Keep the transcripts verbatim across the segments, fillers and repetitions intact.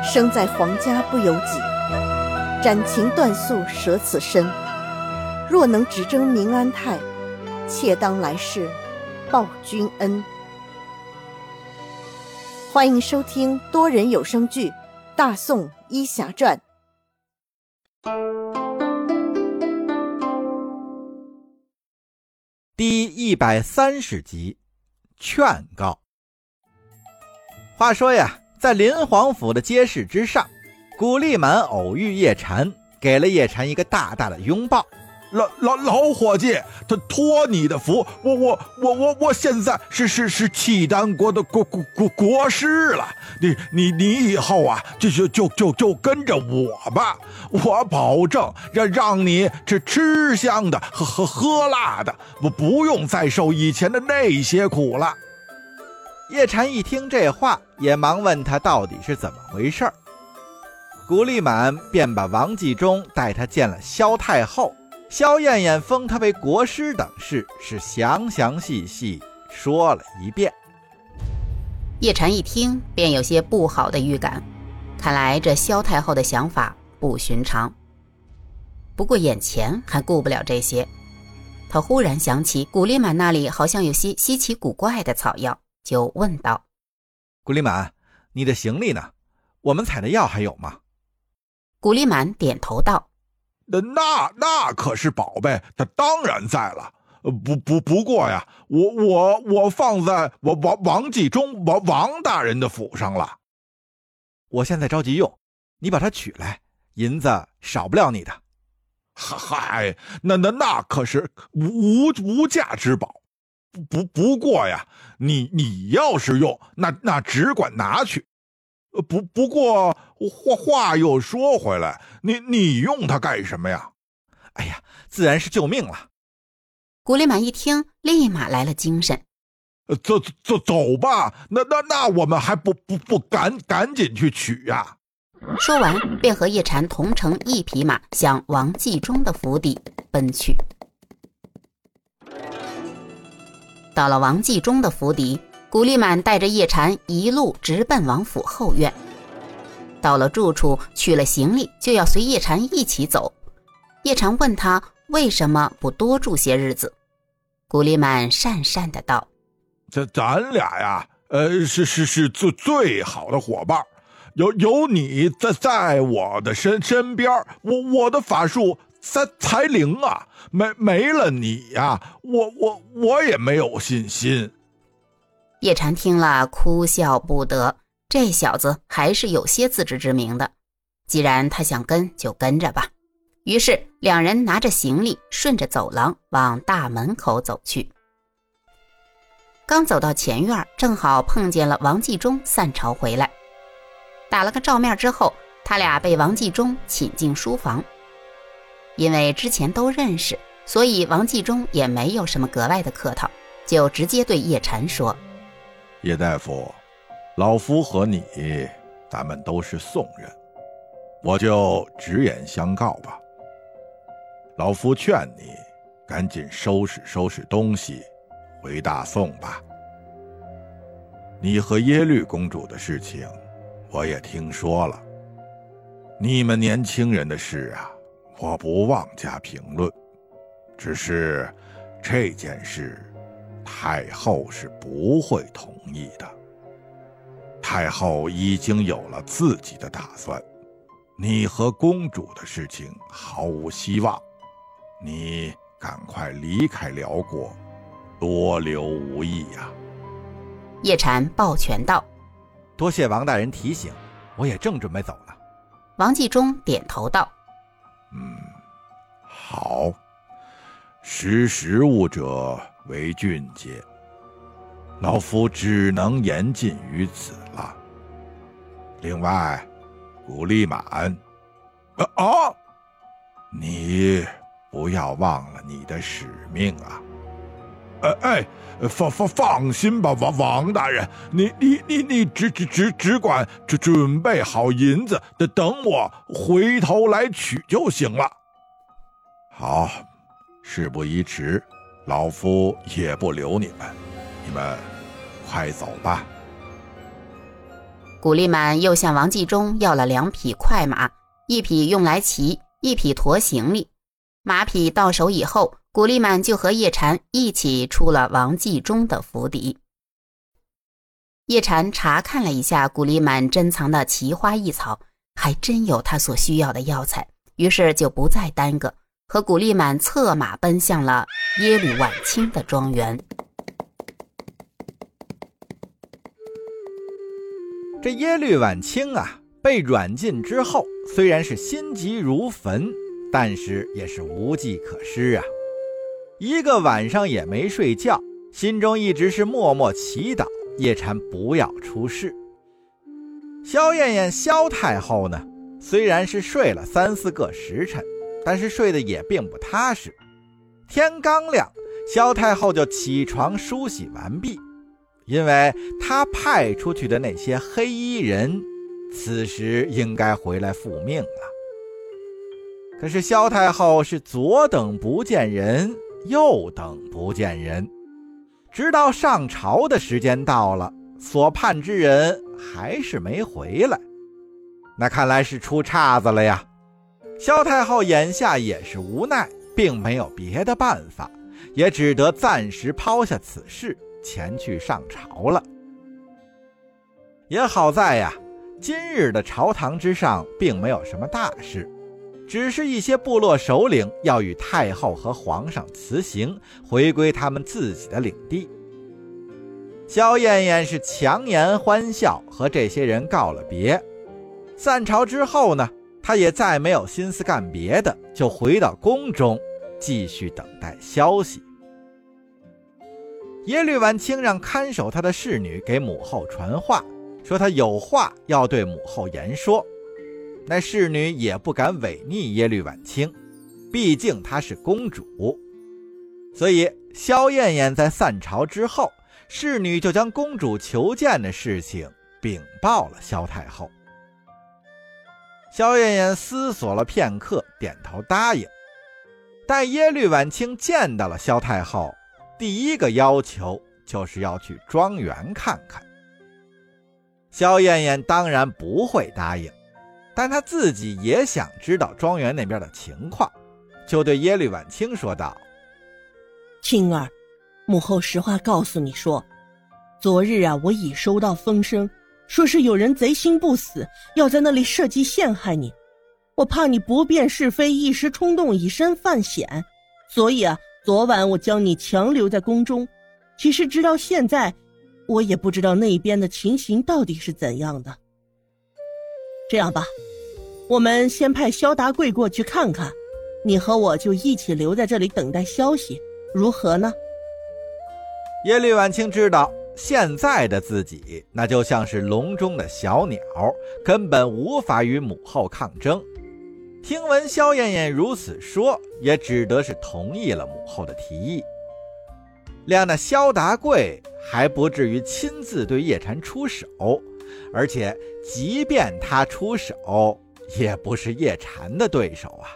生在皇家不由己，斩情断宿舍此身。若能只争明安泰，妾当来世报君恩。欢迎收听多人有声剧《大宋医侠传》 第一百三十集，劝告。话说呀，在林皇府的街市之上，古力满偶遇叶禅，给了叶禅一个大大的拥抱。 老老老伙计，他托你的福，我我我我我现在是是是契丹国的国国国国师了。你你你以后啊，就就就就就跟着我吧，我保证让让你这吃香的喝喝喝辣的，我不用再受以前的那些苦了。 叶禅一听这话，也忙问他到底是怎么回事。古力满便把王继忠带他见了萧太后。萧燕燕封他为国师等事是详详细细说了一遍。 叶禅一听便有些不好的预感，看来这萧太后的想法不寻常。不过眼前还顾不了这些，他忽然想起古力满那里好像有些稀奇古怪的草药，就问道： 古力满，你的行李呢？我们采的药还有吗？ 古力满点头道： 那那可是宝贝，他当然在了。不不不过呀，我我我放在我王王继忠王王大人的府上了。 我现在着急用，你把它取来，银子少不了你的。 嗨，那那那可是无无价之宝。不不过呀，你你要是用，那那只管拿去。不不过话话又说回来，你你用它干什么呀？ 哎呀，自然是救命了。 古力满一听，立马来了精神。 走走走吧，那那那我们还不不不赶赶紧去取呀！ 说完，便和叶禅同乘一匹马向王继忠的府邸奔去。到了王继忠的府邸，古力满带着叶禅一路直奔王府后院。到了住处，取了行李，就要随叶禅一起走。叶禅问他为什么不多住些日子。古力满讪讪的道： 这咱俩呀，呃，是是是最最好的伙伴，有有你在在我的身身边，我我的法术才才灵啊，没没了你呀，我我我也没有信心。 叶禅听了哭笑不得，这小子还是有些自知之明的，既然他想跟就跟着吧。于是两人拿着行李顺着走廊往大门口走去。刚走到前院，正好碰见了王继忠散朝回来。打了个照面之后，他俩被王继忠请进书房。因为之前都认识，所以王继忠也没有什么格外的客套，就直接对叶禅说： 叶大夫，老夫和你咱们都是宋人，我就直言相告吧。老夫劝你赶紧收拾收拾东西回大宋吧。你和耶律公主的事情我也听说了，你们年轻人的事啊，我不妄加评论，只是这件事太后是不会同意的。太后已经有了自己的打算，你和公主的事情毫无希望，你赶快离开辽国，多留无益呀。 叶禅抱拳道： 多谢王大人提醒，我也正准备走呢。 王继忠点头道： 嗯，好，识时务者为俊杰，老夫只能言尽于此了。另外，古力满，啊啊，你不要忘了你的使命啊！呃，哎，放放放心吧，王王大人，你你你你只只只只管准准备好银子，等我回头来取就行了。好，事不宜迟，老夫也不留你们，你们快走吧。 古丽满又向王继忠要了两匹快马，一匹用来骑，一匹驮行李。马匹到手以后，古丽满就和叶禅一起出了王继忠的府邸。叶禅查看了一下古丽满珍藏的奇花异草，还真有他所需要的药材，于是就不再耽搁，和古丽满策马奔向了耶律婉清的庄园。 这耶律婉清啊，被软禁之后，虽然是心急如焚，但是也是无计可施啊。一个晚上也没睡觉，心中一直是默默祈祷叶禅不要出事。萧燕燕萧太后呢，虽然是睡了三四个时辰，但是睡得也并不踏实。天刚亮，萧太后就起床梳洗完毕，因为她派出去的那些黑衣人此时应该回来复命了。可是萧太后是左等不见人，右等不见人，直到上朝的时间到了，所盼之人还是没回来。那看来是出岔子了呀。萧太后眼下也是无奈，并没有别的办法，也只得暂时抛下此事，前去上朝了。也好在呀，今日的朝堂之上并没有什么大事，只是一些部落首领要与太后和皇上辞行，回归他们自己的领地。萧燕燕是强颜欢笑，和这些人告了别。散朝之后呢，她也再没有心思干别的，就回到宫中继续等待消息。耶律婉清让看守他的侍女给母后传话，说他有话要对母后言说。那侍女也不敢违逆耶律婉清，毕竟她是公主。所以萧燕燕在散朝之后，侍女就将公主求见的事情禀报了萧太后。萧燕燕思索了片刻，点头答应。待耶律婉清见到了萧太后，第一个要求就是要去庄园看看。萧燕燕当然不会答应，但她自己也想知道庄园那边的情况，就对耶律婉清说道： 青儿，母后实话告诉你说，昨日啊，我已收到风声，说是有人贼心不死，要在那里设计陷害你。我怕你不辨是非，一时冲动，以身犯险，所以啊，昨晚我将你强留在宫中。其实直到现在，我也不知道那边的情形到底是怎样的。这样吧，我们先派萧达贵过去看看，你和我就一起留在这里等待消息，如何呢？ 耶律婉清知道现在的自己那就像是笼中的小鸟，根本无法与母后抗争。听闻萧燕燕如此说，也只得是同意了母后的提议。谅那萧达贵还不至于亲自对叶禅出手，而且即便他出手，也不是叶禅的对手啊。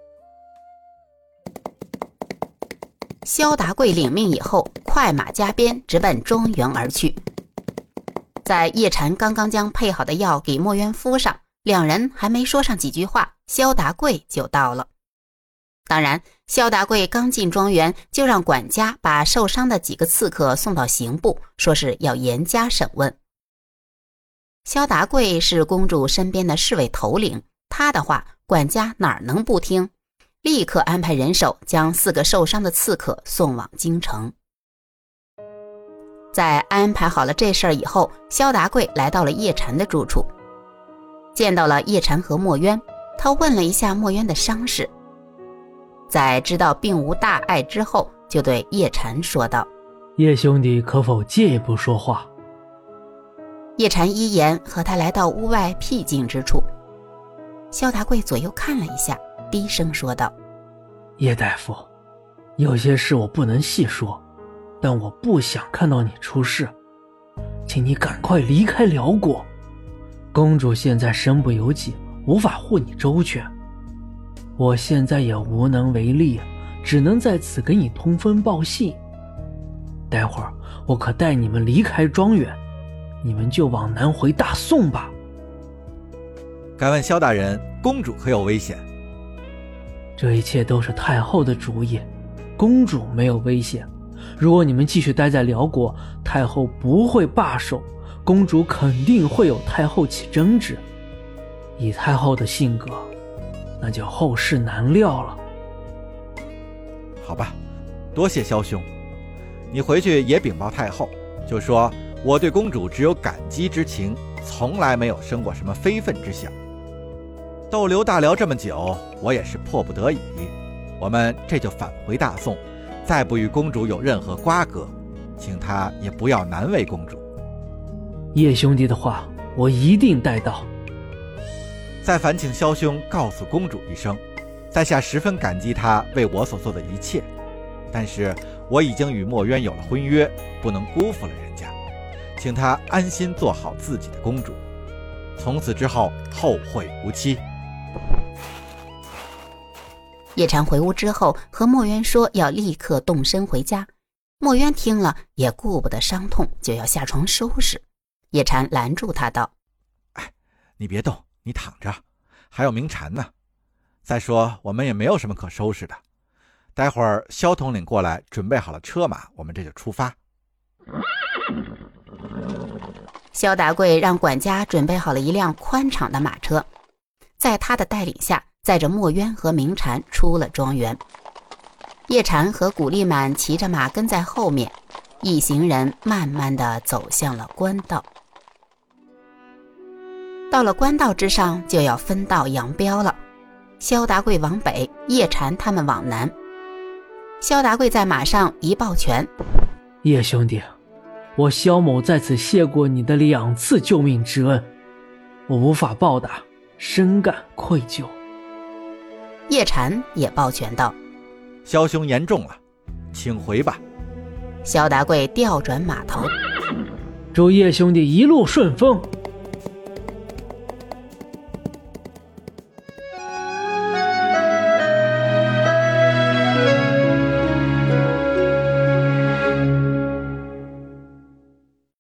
萧达贵领命以后，快马加鞭直奔庄园而去。在叶禅刚刚将配好的药给墨渊敷上，两人还没说上几句话，萧达贵就到了。当然，萧达贵刚进庄园，就让管家把受伤的几个刺客送到刑部，说是要严加审问。萧达贵是公主身边的侍卫头领，他的话管家哪能不听，立刻安排人手将四个受伤的刺客送往京城。在安排好了这事儿以后，萧达贵来到了叶禅的住处，见到了叶禅和墨渊，他问了一下墨渊的伤势，在知道并无大碍之后，就对叶禅说道： 叶兄弟可否借一步说话？ 叶禅依言和他来到屋外僻静之处。萧达贵左右看了一下，低声说道： 叶大夫，有些事我不能细说，但我不想看到你出事，请你赶快离开辽国。公主现在身不由己，无法护你周全，我现在也无能为力，只能在此给你通风报信。待会儿我可带你们离开庄园， 你们就往南回大宋吧。 敢问萧大人，公主可有危险？ 这一切都是太后的主意，公主没有危险。如果你们继续待在辽国，太后不会罢手，公主肯定会有太后起争执。以太后的性格，那就后事难料了。 好吧，多谢萧兄，你回去也禀报太后，就说我对公主只有感激之情，从来没有生过什么非分之想。逗留大辽这么久，我也是迫不得已，我们这就返回大宋，再不与公主有任何瓜葛，请她也不要难为公主。 叶兄弟的话我一定带到。 再烦请萧兄告诉公主一声，在下十分感激她为我所做的一切，但是我已经与墨渊有了婚约，不能辜负了人家，请她安心做好自己的公主，从此之后后会无期。 叶禅回屋之后和墨渊说要立刻动身回家，墨渊听了也顾不得伤痛，就要下床收拾。叶禅拦住他道： 哎，你别动，你躺着，还有明禅呢。再说我们也没有什么可收拾的，待会儿萧统领过来准备好了车马，我们这就出发。 萧达贵让管家准备好了一辆宽敞的马车，在他的带领下载着墨渊和明禅出了庄园。叶禅和古丽满骑着马跟在后面，一行人慢慢地走向了官道。到了官道之上，就要分道扬镳了。萧达贵往北，叶禅他们往南。萧达贵在马上一抱拳： 叶兄弟，我萧某在此谢过你的两次救命之恩，我无法报答，深感愧疚。 叶禅也抱拳道： 萧兄言重了，请回吧。 萧达贵调转马头： 祝叶兄弟一路顺风。